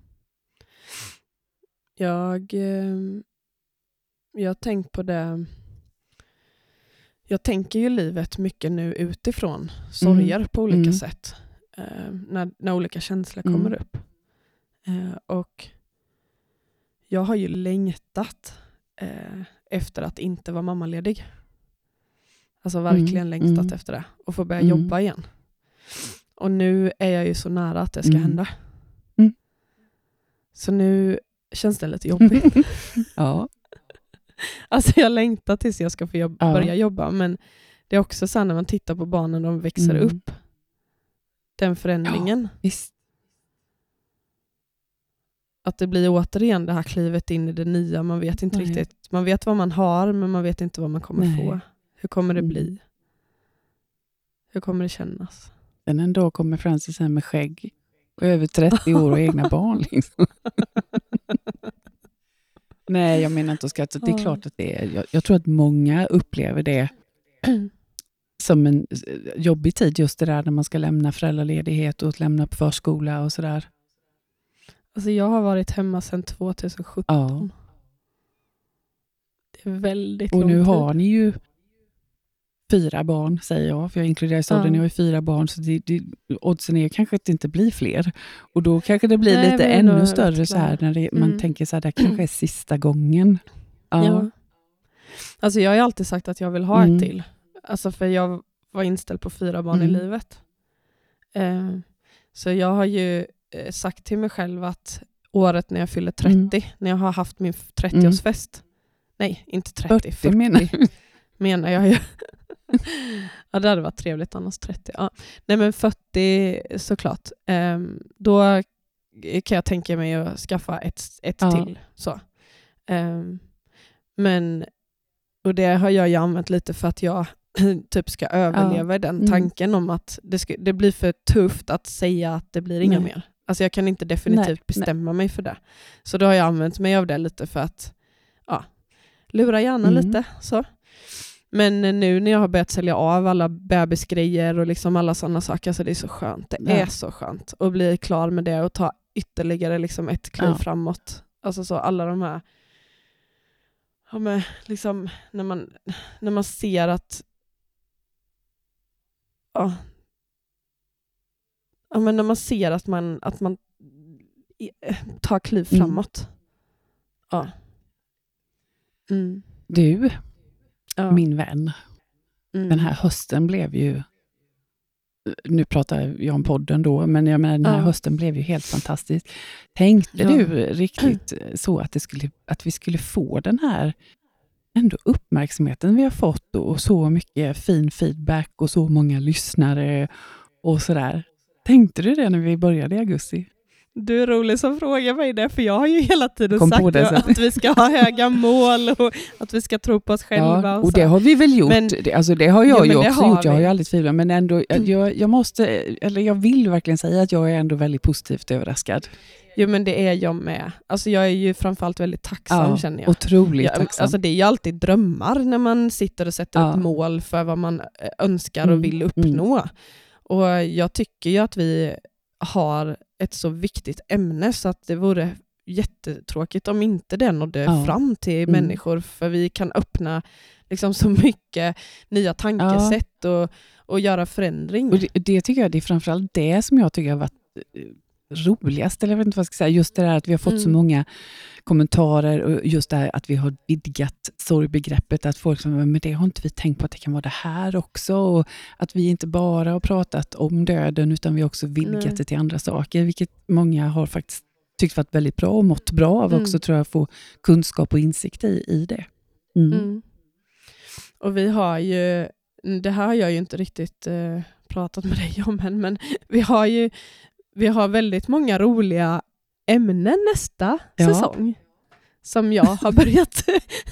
Jag, eh, jag har tänkt på det. Jag tänker ju livet mycket nu utifrån sorger mm. på olika mm. sätt. Eh, när, när olika känslor Mm. kommer upp. Eh, och jag har ju längtat eh, efter att inte vara mammaledig. Alltså verkligen Mm. längtat Mm. efter det. Och få börja Mm. jobba igen. Och nu är jag ju så nära att det ska Mm. hända. Mm. Så nu känns det lite jobbigt. Ja. Alltså jag längtar tills jag ska få jobb- Ja. börja jobba. Men det är också så här när man tittar på barnen, de växer Mm. upp. Den förändringen. Visst. Att det blir återigen det här klivet in i det nya. Man vet inte Nej. riktigt. Man vet vad man har, men man vet inte vad man kommer Nej. få. Hur kommer det Mm. bli? Hur kommer det kännas? Sen en dag kommer Francis hem med skägg. Och över trettio år och egna barn. Liksom. Nej, jag menar inte att skratta. Det är Ja. klart att det är. Jag, jag tror att många upplever det som en eh, jobbig tid. Just det där när man ska lämna föräldraledighet och lämna på förskola och sådär. Alltså jag har varit hemma sedan tjugohundrasjutton. Ja. Det är väldigt Och lång nu tid. har ni ju fyra barn, säger jag. För jag inkluderar Sodden, Ja. ni har ju fyra barn. Så det, det, oddsen är kanske att det inte blir fler. Och då kanske det blir Nej, lite vi är nog ännu rätt större så här. klara. När det, man Mm. tänker så här, det kanske är sista gången. Ja. Ja. Alltså jag har ju alltid sagt att jag vill ha Mm. ett till. Alltså för jag var inställd på fyra barn Mm. i livet. Eh, så jag har ju eh, sagt till mig själv att året när jag fyller trettio, Mm. när jag har haft min trettioårsfest. Nej, inte trettio, fyrtio fyrtio menar jag. menar jag ju. Ja, det hade varit trevligt annars trettio. Ja. Nej men fyrtio såklart. Um, då kan jag tänka mig att skaffa ett, ett Ja. till. Så. Um, men, och det har jag ju använt lite för att jag typ ska överleva i den Mm. tanken om att det, ska, det blir för tufft att säga att det blir inga Nej. mer. Alltså jag kan inte definitivt Nej, bestämma mig för det. Så då har jag använt mig av det lite för att ja, lura gärna Mm. lite. Så. Men nu när jag har börjat sälja av alla bebisgrejer och liksom alla sådana saker, så det är så skönt. Det Ja. är så skönt att bli klar med det och ta ytterligare liksom ett kliv Ja. framåt. Alltså så alla de här ja, men liksom när man, när man ser att ja, ja men när man ser att man, att man i- tar kliv Mm. framåt. Ja. Mm. Du, Ja. min vän. Mm. Den här hösten blev ju, nu pratar jag om podden då, men jag menar, den här Ja. hösten blev ju helt fantastisk. Tänkte Ja. du riktigt så att, det skulle, att vi skulle få den här ändå uppmärksamheten vi har fått och så mycket fin feedback och så många lyssnare och sådär? Tänkte du det när vi började i augusti? Du är rolig som frågar mig det, för jag har ju hela tiden Kom på sagt det, att, att vi ska ha höga mål och att vi ska tro på oss själva. Ja, och och så. det har vi väl gjort. Men- det, alltså det har jag Jo, ju men det också har gjort. Jag har vi. ju aldrig tvivlat. Men ändå, jag, jag måste, eller jag vill verkligen säga att jag är ändå väldigt positivt överraskad. Jo, men det är jag med. Alltså jag är ju framförallt väldigt tacksam, Ja, känner jag. otroligt Ja, tacksam. alltså det är ju alltid drömmar när man sitter och sätter Ja. upp mål för vad man eh, önskar Mm, och vill uppnå. Och jag tycker ju att vi har ett så viktigt ämne så att det vore jättetråkigt om inte det nådde Ja. fram till Mm. människor, för vi kan öppna liksom så mycket nya tankesätt och, och göra förändring. Och det, det tycker jag, det är framförallt det som jag tycker har varit eh, roligast, eller jag vet inte vad jag ska säga, just det där att vi har fått Mm. så många kommentarer och just det här att vi har vidgat sorgbegreppet, att folk som, men det har inte vi tänkt på att det kan vara det här också, och att vi inte bara har pratat om döden utan vi har också vidgat Nej. det till andra saker, vilket många har faktiskt tyckt varit väldigt bra och mått bra av Mm. också, tror jag, få kunskap och insikt i, i det. Mm. Mm. Och vi har ju, det här har jag ju inte riktigt eh, pratat med dig om än, men vi har ju vi har väldigt många roliga ämnen nästa Ja. säsong som jag har börjat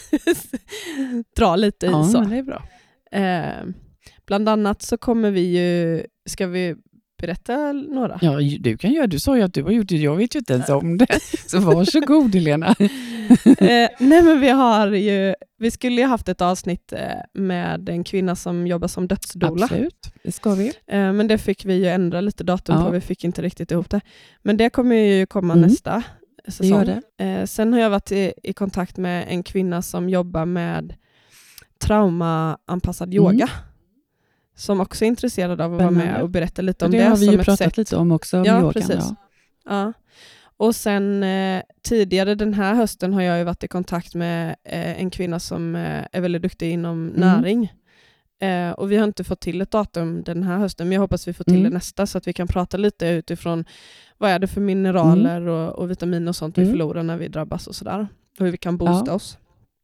dra lite i. Ja, Så. men det är bra. Eh, bland annat så kommer vi ju, ska vi berätta några? Ja, du kan göra, du sa ju att du har gjort det, jag vet ju inte ens om det. Så varsågod, Helena. eh, nej men vi har ju, vi skulle ju haft ett avsnitt eh, med en kvinna som jobbar som dödsdoula. Absolut, det ska vi. Eh, men det fick vi ju ändra lite datum Ja. på, vi fick inte riktigt ihop det. Men det kommer ju komma Mm. nästa säsong. Det gör det. Eh, sen har jag varit i, i kontakt med en kvinna som jobbar med traumaanpassad yoga. Mm. Som också är intresserad av att vara Spännande. med och berätta lite om det, det. har vi som ju ett pratat sätt. lite om också. Om Ja, yogan, precis. Ja. Ja. Och sen eh, tidigare den här hösten har jag ju varit i kontakt med eh, en kvinna som eh, är väldigt duktig inom Mm. näring. Eh, och vi har inte fått till ett datum den här hösten, men jag hoppas vi får till Mm. det nästa, så att vi kan prata lite utifrån vad är det för mineraler mm. och, och vitaminer och sånt mm. vi förlorar när vi drabbas och sådär. Och hur vi kan boosta ja. oss.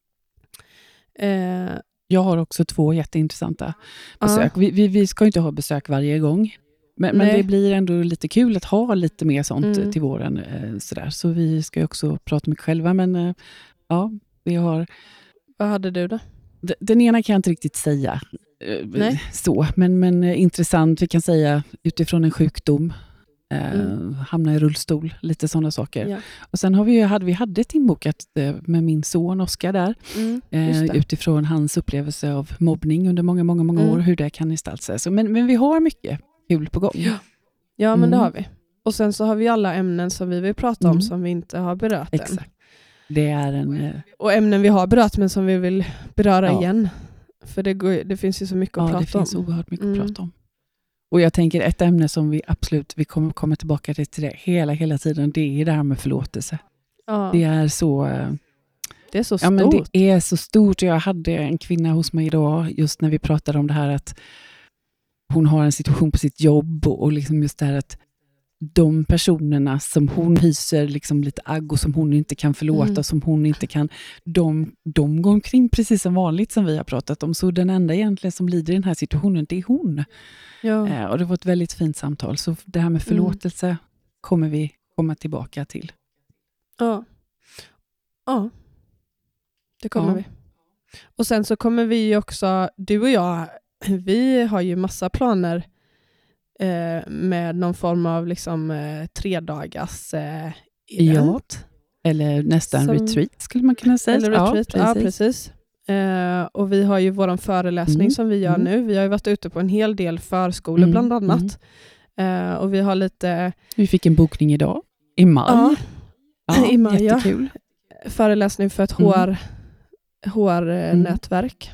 Eh, jag har också två jätteintressanta besök. Ja. Vi, vi, vi ska inte ha besök varje gång. Men, men det blir ändå lite kul att ha lite mer sånt mm. till våren. Eh, sådär. Så vi ska ju också prata mycket själva. Men eh, ja, vi har... Vad hade du då? D- den ena kan jag inte riktigt säga. Eh, Nej. Så, men, men eh, intressant. Vi kan säga utifrån en sjukdom. Eh, mm. Hamna i rullstol. Lite sådana saker. Ja. Och sen har vi, hade vi hade ett inbokat eh, med min son Oskar där. Mm, eh, utifrån hans upplevelse av mobbning under många, många, många mm. år. Hur det kan gestalta sig. Så, men, men vi har mycket kul på gång. Ja, ja men mm. det har vi. Och sen så har vi alla ämnen som vi vill prata mm. om som vi inte har berört än. Exakt. Det är en... Eh... Och ämnen vi har berört men som vi vill beröra ja. igen. För det, går, det finns ju så mycket att ja, prata om. Ja, det finns oerhört mycket mm. att prata om. Och jag tänker ett ämne som vi absolut, vi kommer komma tillbaka till det hela, hela tiden, det är det här med förlåtelse. Ja. Det är så... Eh... Det är så stort. Ja, men det är så stort. Jag hade en kvinna hos mig idag just när vi pratade om det här att hon har en situation på sitt jobb och, och liksom just det här att de personerna som hon hyser liksom lite agg och som hon inte kan förlåta, mm. som hon inte kan, de, de går omkring precis som vanligt som vi har pratat om. Så den enda egentligen som lider i den här situationen, det är hon. Ja. Eh, och det var ett väldigt fint samtal. Så det här med förlåtelse mm. kommer vi komma tillbaka till. Ja. Ja. Det kommer ja. vi. Och sen så kommer vi också, du och jag, vi har ju massa planer eh, med någon form av liksom eh, tre dagars eh, event. Ja. Eller nästan som, retreat skulle man kunna säga. Eller retreat, ja precis. Ja, precis. Eh, och vi har ju våran föreläsning mm. som vi gör mm. nu. Vi har ju varit ute på en hel del förskolor mm. bland annat. Mm. Eh, och vi har lite... Vi fick en bokning idag. I maj. Ja, ja i maj. Jättekul. Ja. Föreläsning för ett H R, mm. H R-nätverk.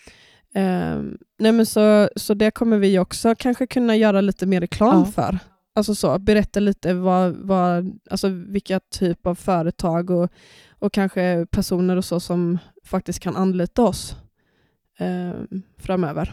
Mm. Um, nej men så, så det kommer vi också kanske kunna göra lite mer reklam ja. för. Alltså så, berätta lite vad, vad, alltså vilka typ av företag och, och kanske personer och så som faktiskt kan anlita oss um, framöver.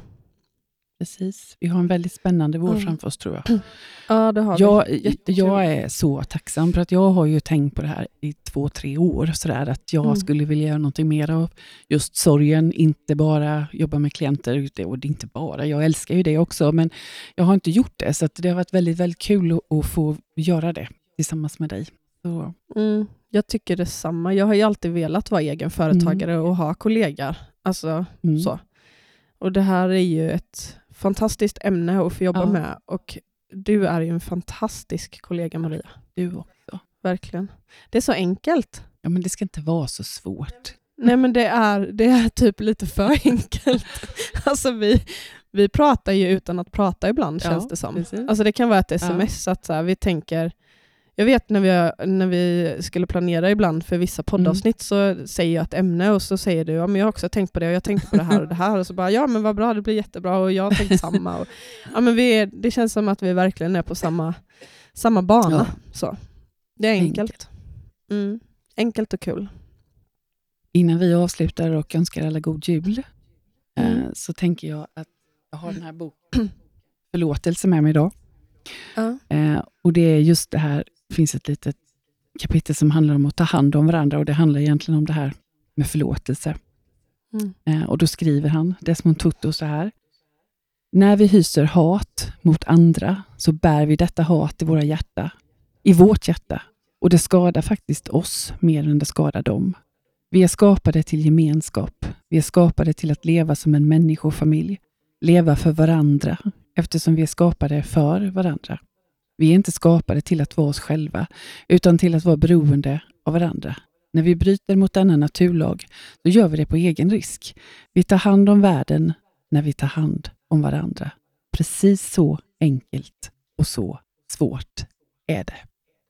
Precis. Vi har en väldigt spännande vår mm. framför oss tror jag. Ja, det har jag, vi. Jag är så tacksam för att jag har ju tänkt på det här i två, tre år. Så där, att jag mm. skulle vilja göra någonting mer av just sorgen. Inte bara jobba med klienter. Och det är inte bara, jag älskar ju det också. Men jag har inte gjort det. Så att det har varit väldigt, väldigt kul att, att få göra det tillsammans med dig. Så. Mm, jag tycker detsamma. Jag har ju alltid velat vara egen företagare mm. och ha kollegor. Alltså mm. så. Och det här är ju ett fantastiskt ämne att få jobba ja. med. Och du är ju en fantastisk kollega, Maria. Du också. Verkligen. Det är så enkelt. Ja, men det ska inte vara så svårt. Nej, men det är, det är typ lite för enkelt. Alltså vi, vi pratar ju utan att prata ibland, ja, känns det som. Precis. Alltså det kan vara ett sms ja. att så här, vi tänker... Jag vet när vi, när vi skulle planera ibland för vissa poddavsnitt mm. så säger jag ett ämne och så säger du, ja men jag har också tänkt på det och jag har tänkt på det här och det här och så bara, ja men vad bra, det blir jättebra och jag har tänkt samma. Och, ja men vi är, det känns som att vi verkligen är på samma, samma bana. Ja. Så. Det är enkelt. Enkelt. Mm. Enkelt och kul. Innan vi avslutar och önskar alla god jul mm. eh, så tänker jag att jag har den här boken Förlåtelse med mig idag. Ja. Eh, och det är just det här. Det finns ett litet kapitel som handlar om att ta hand om varandra och det handlar egentligen om det här med förlåtelse. Mm. Eh, och då skriver han, Desmond Tutu, så här: när vi hyser hat mot andra så bär vi detta hat i våra hjärta, i vårt hjärta, och det skadar faktiskt oss mer än det skadar dem. Vi är skapade till gemenskap, vi är skapade till att leva som en människofamilj, leva för varandra eftersom vi är skapade för varandra. Vi är inte skapade till att vara oss själva, utan till att vara beroende av varandra. När vi bryter mot denna naturlag, då gör vi det på egen risk. Vi tar hand om världen när vi tar hand om varandra. Precis så enkelt och så svårt är det.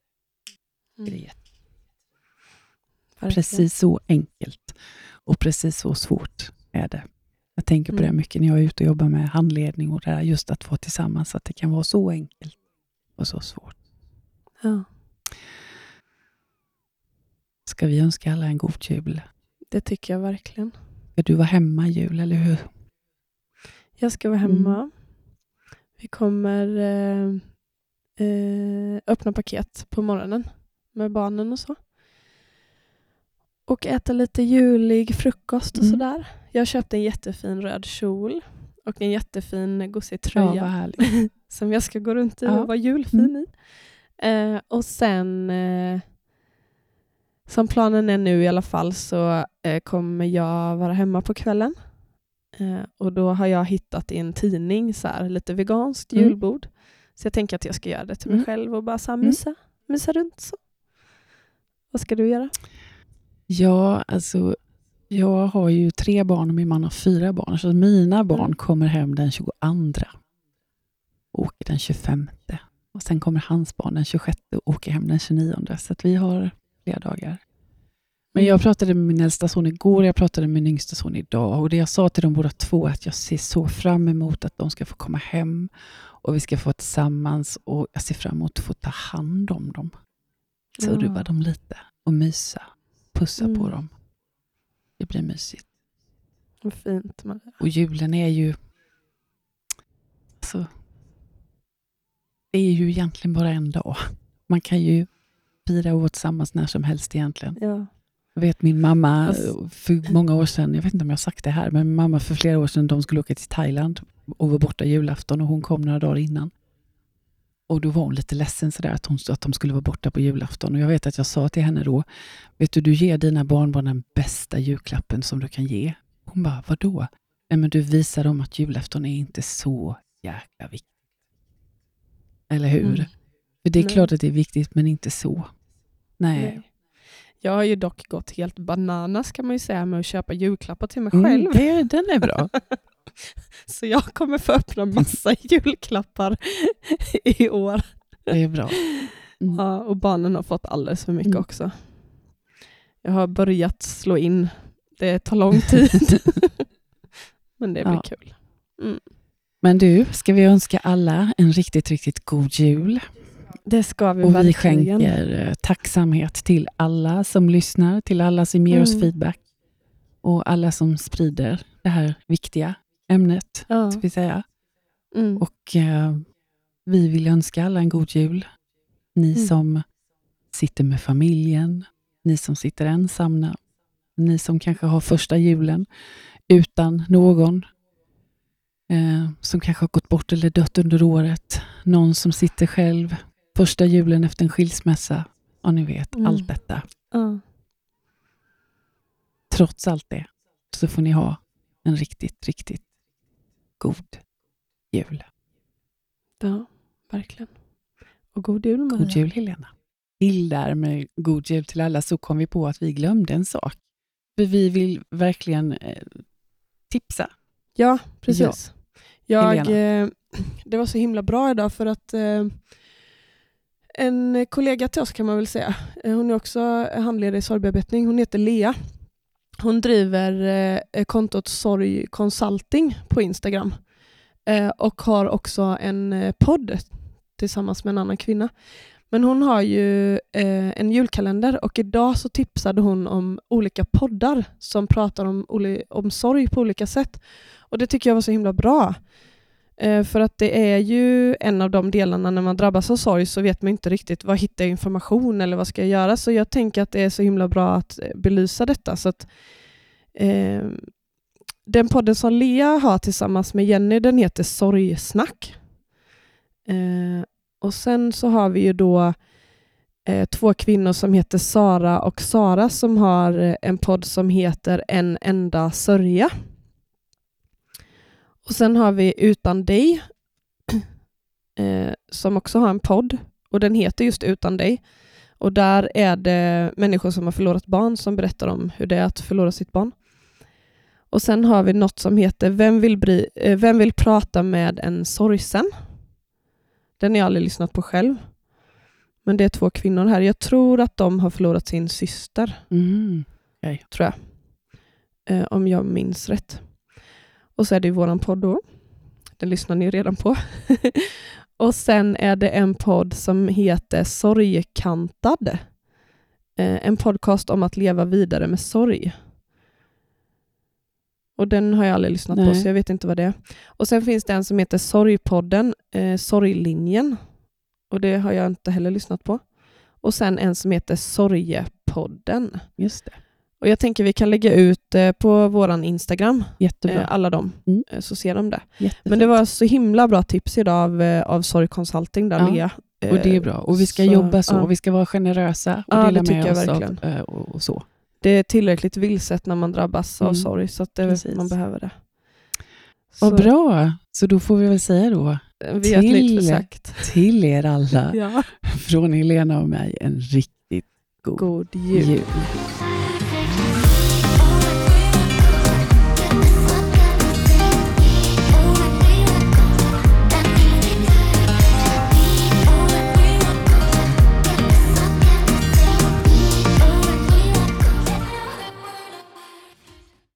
Mm. Precis så enkelt och precis så svårt är det. Jag tänker på mm. det mycket när jag är ute och jobbar med handledning och det där, just att få tillsammans att det kan vara så enkelt och så svårt. Ja. Ska vi önska alla en god jul? Det tycker jag verkligen. Ska du vara hemma i jul, eller hur? Jag ska vara hemma. Mm. Vi kommer... Eh, eh, öppna paket på morgonen med barnen och så. Och äta lite julig frukost och Mm. sådär. Jag köpte en jättefin röd kjol och en jättefin gosig tröja. Ja, vad härligt. Som jag ska gå runt i Ja. och vara julfin Mm. i. Eh, och sen, eh, som planen är nu i alla fall, så eh, kommer jag vara hemma på kvällen. Eh, och då har jag hittat i en tidning så här, lite veganskt Mm. julbord. Så jag tänker att jag ska göra det till mig Mm. själv och bara så här, Mm. mysa, mysa runt så. Vad ska du göra? Ja, alltså jag har ju tre barn och min man har fyra barn. Så mina barn Mm. kommer hem den tjugoandra och åker den tjugofemte. Och sen kommer hans barn den tjugosjätte och åker hem den tjugonionde. Så att vi har flera dagar. Men jag pratade med min äldsta son igår, jag pratade med min yngsta son idag. Och det jag sa till dem båda två är att jag ser så fram emot att de ska få komma hem. Och vi ska få vara tillsammans. Och jag ser fram emot att få ta hand om dem. Serva Ja. dem lite och mysa. Pussa Mm. på dem. Det blir mysigt. Vad fint, Maria. Och julen är ju... Alltså, det är ju egentligen bara en dag. Man kan ju fira och vara tillsammans när som helst egentligen. Ja. Jag vet min mamma Alltså- för många år sedan, jag vet inte om jag har sagt det här, men min mamma för flera år sedan, de skulle åka till Thailand och var borta julafton och hon kom några dagar innan. Och då var hon lite ledsen sådär att, hon, att de skulle vara borta på julafton. Och jag vet att jag sa till henne då, vet du, du ger dina barnbarn den bästa julklappen som du kan ge. Hon bara, vadå? Nej, men du visar dem att julafton är inte så jäkla viktigt. Eller hur? Mm. För det är Nej. klart att det är viktigt, men inte så. Nej. Nej. Jag har ju dock gått helt bananas kan man ju säga med att köpa julklappar till mig Mm, själv. det, den är bra. Så jag kommer få öppna massa julklappar i år. Det är bra. Mm. Ja, och barnen har fått alldeles för mycket Mm. också. Jag har börjat slå in. Det tar lång tid. Men det blir Ja. kul. Mm. Men du, ska vi önska alla en riktigt, riktigt god jul. Det ska vi Och vi verkligen. skänker eh, tacksamhet till alla som lyssnar, till alla som ger oss Mm. feedback och alla som sprider det här viktiga ämnet, Ja. ska vi säga. Mm. Och eh, vi vill önska alla en god jul. Ni Mm. som sitter med familjen, ni som sitter ensamma, ni som kanske har första julen utan någon eh, som kanske har gått bort eller dött under året. Någon som sitter själv första julen efter en skilsmässa. Ja, ni vet, Mm. allt detta. Ja. Trots allt det så får ni ha en riktigt, riktigt god jul. Ja, verkligen. Och god jul, Maria. God jul, Helena. Till där med god jul till alla så kom vi på att vi glömde en sak. För vi vill verkligen eh, tipsa. Ja, precis. Jag, Helena. eh, det var så himla bra idag för att eh, en kollega till oss kan man väl säga, eh, hon är också handledare i sorgbearbetning, hon heter Lea. Hon driver eh, kontot Sorg Consulting på Instagram eh, och har också en eh, podd tillsammans med en annan kvinna. Men hon har ju eh, en julkalender och idag så tipsade hon om olika poddar som pratar om, om sorg på olika sätt. Och det tycker jag var så himla bra. Eh, för att det är ju en av de delarna när man drabbas av sorg så vet man inte riktigt vad hittar jag information eller vad ska jag göra. Så jag tänker att det är så himla bra att belysa detta. Så att, eh, den podden som Lea har tillsammans med Jenny, den heter Sorgsnack. Eh, och sen så har vi ju då eh, två kvinnor som heter Sara och Sara som har eh, en podd som heter En enda sörja. Och sen har vi Utan dig eh, som också har en podd och den heter just Utan dig. Och där är det människor som har förlorat barn som berättar om hur det är att förlora sitt barn. Och sen har vi något som heter Vem vill, bry, eh, Vem vill prata med en sorgsen? Den har jag aldrig lyssnat på själv. Men det är två kvinnor här. Jag tror att de har förlorat sin syster. Mm. Okay. Tror jag. Eh, om jag minns rätt. Och så är det ju våran podd då. Den lyssnar ni redan på. Och sen är det en podd som heter Sorgkantad. Eh, en podcast om att leva vidare med sorg. Och den har jag aldrig lyssnat Nej. på så jag vet inte vad det är. Och sen finns det en som heter Sorgpodden, eh, Sorglinjen. Och det har jag inte heller lyssnat på. Och sen en som heter Sorgepodden. Just det. Och jag tänker vi kan lägga ut eh, på våran Instagram. Jättebra. Eh, alla dem. Mm. Eh, så ser de det. Jättefint. Men det var så himla bra tips idag av, eh, av Sorg Consulting där, Ja. Lea. Eh, Och det är bra. Och vi ska så, jobba så. ja. Och vi ska vara generösa och Ja, dela det tycker med jag oss verkligen. av, eh, och, och så. Det är tillräckligt vilset när man drabbas av Mm. sorg. Så att det, Precis. man behöver det. Och Så, bra. Så då får vi väl säga då vi har ett nytt till- försökt. till er alla Ja. från Helena och mig en riktigt god, God jul. jul.